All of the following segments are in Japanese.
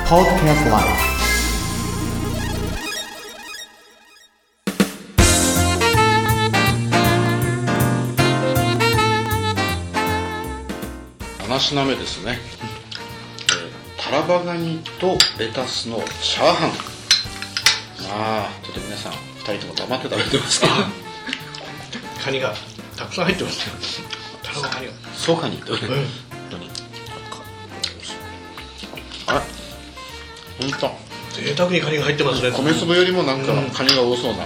Podcast Life。 7品目ですね。タラバガニとレタスのチャーハン。ちょっと皆さん2人とも黙って食べてますけどカニがたくさん入ってますね。タラバガニがそうカニって本当に本当贅沢にカニが入ってますね。 米粒よりもなんかカニが多そうな、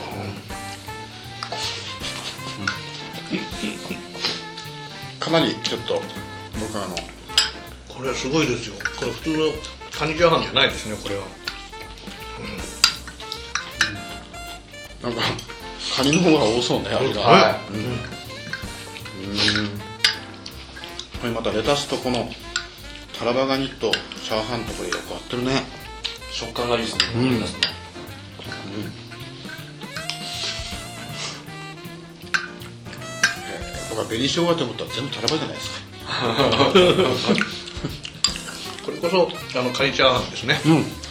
かなりちょっと僕これはすごいですよ。これ普通のカニチャーハンじゃないですね、これは。 なんかカニの方が多そうね、あれが。これまたレタスとこのタラバガニとチャーハンとこれよく合ってるね。 食感がいいですね、レタスの。 僕は紅生姜と思ったら全部タラバじゃないですか。 これこそカニチャーハンですね。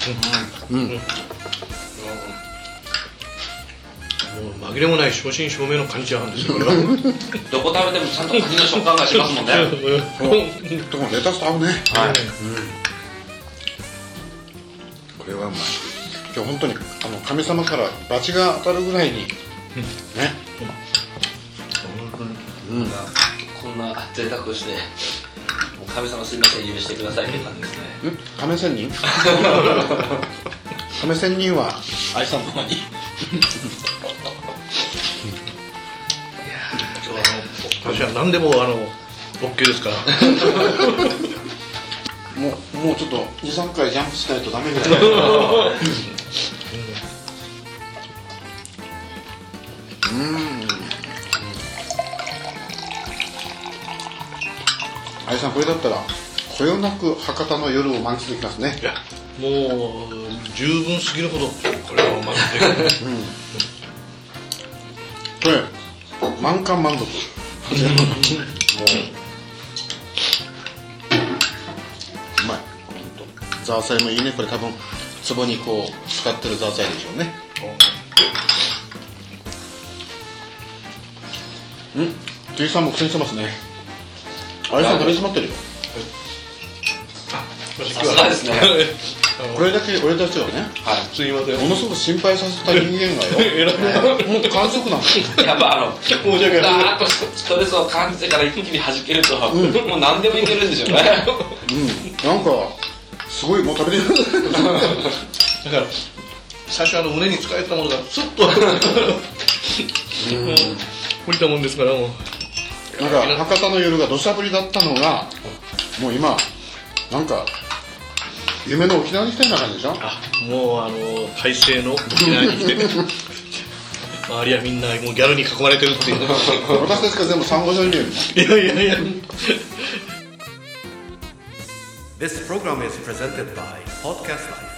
もう紛れもない正真正銘のカニチャーハンですよ、これは。 どこ食べてもちゃんとカニの食感がしますもんね。 でもレタスと合うね。これはうまい。今日本当に神様から罰が当たるぐらいにね。 こんな贅沢して、もう神様すいません許してくださいって感じですね。 亀仙人亀仙人は愛さんの方に私は何でもOK ですから。 もうちょっと 2,3 回ジャンプしないとダメぐらい。愛さんこれだったらこよなく博多の夜を満喫できますね。 いやもう十分すぎるほどこれは満足できる。 これ満貫満足。うまい。ザーサイもいいね。これ多分壺にこう使ってるザーサイでしょうね。T さんも苦戦してますね。あれさん食べ詰まってるよ。 さすがですね。 これだけ俺たちはね、 すいません、 ものすごく心配させた人間がよ。もっと観測なんだよ。 やっぱ申し訳ない。 ダーッとストレスを感じてから一気に弾けると、もう何でもいけるんでしょうね。 なんかすごいもう食べれる。 だから最初胸に使えたものがスッと降りたもんですから、もうなんか博多の夜が土砂降りだったのがもう今なんか夢の沖縄に来たような感じでしょ。 もう快晴の沖縄に来て周りはみんなもうギャルに囲まれてるっていう。 私たちが全部サンゴ礁に見える。 いや This program is presented by Podcast Life.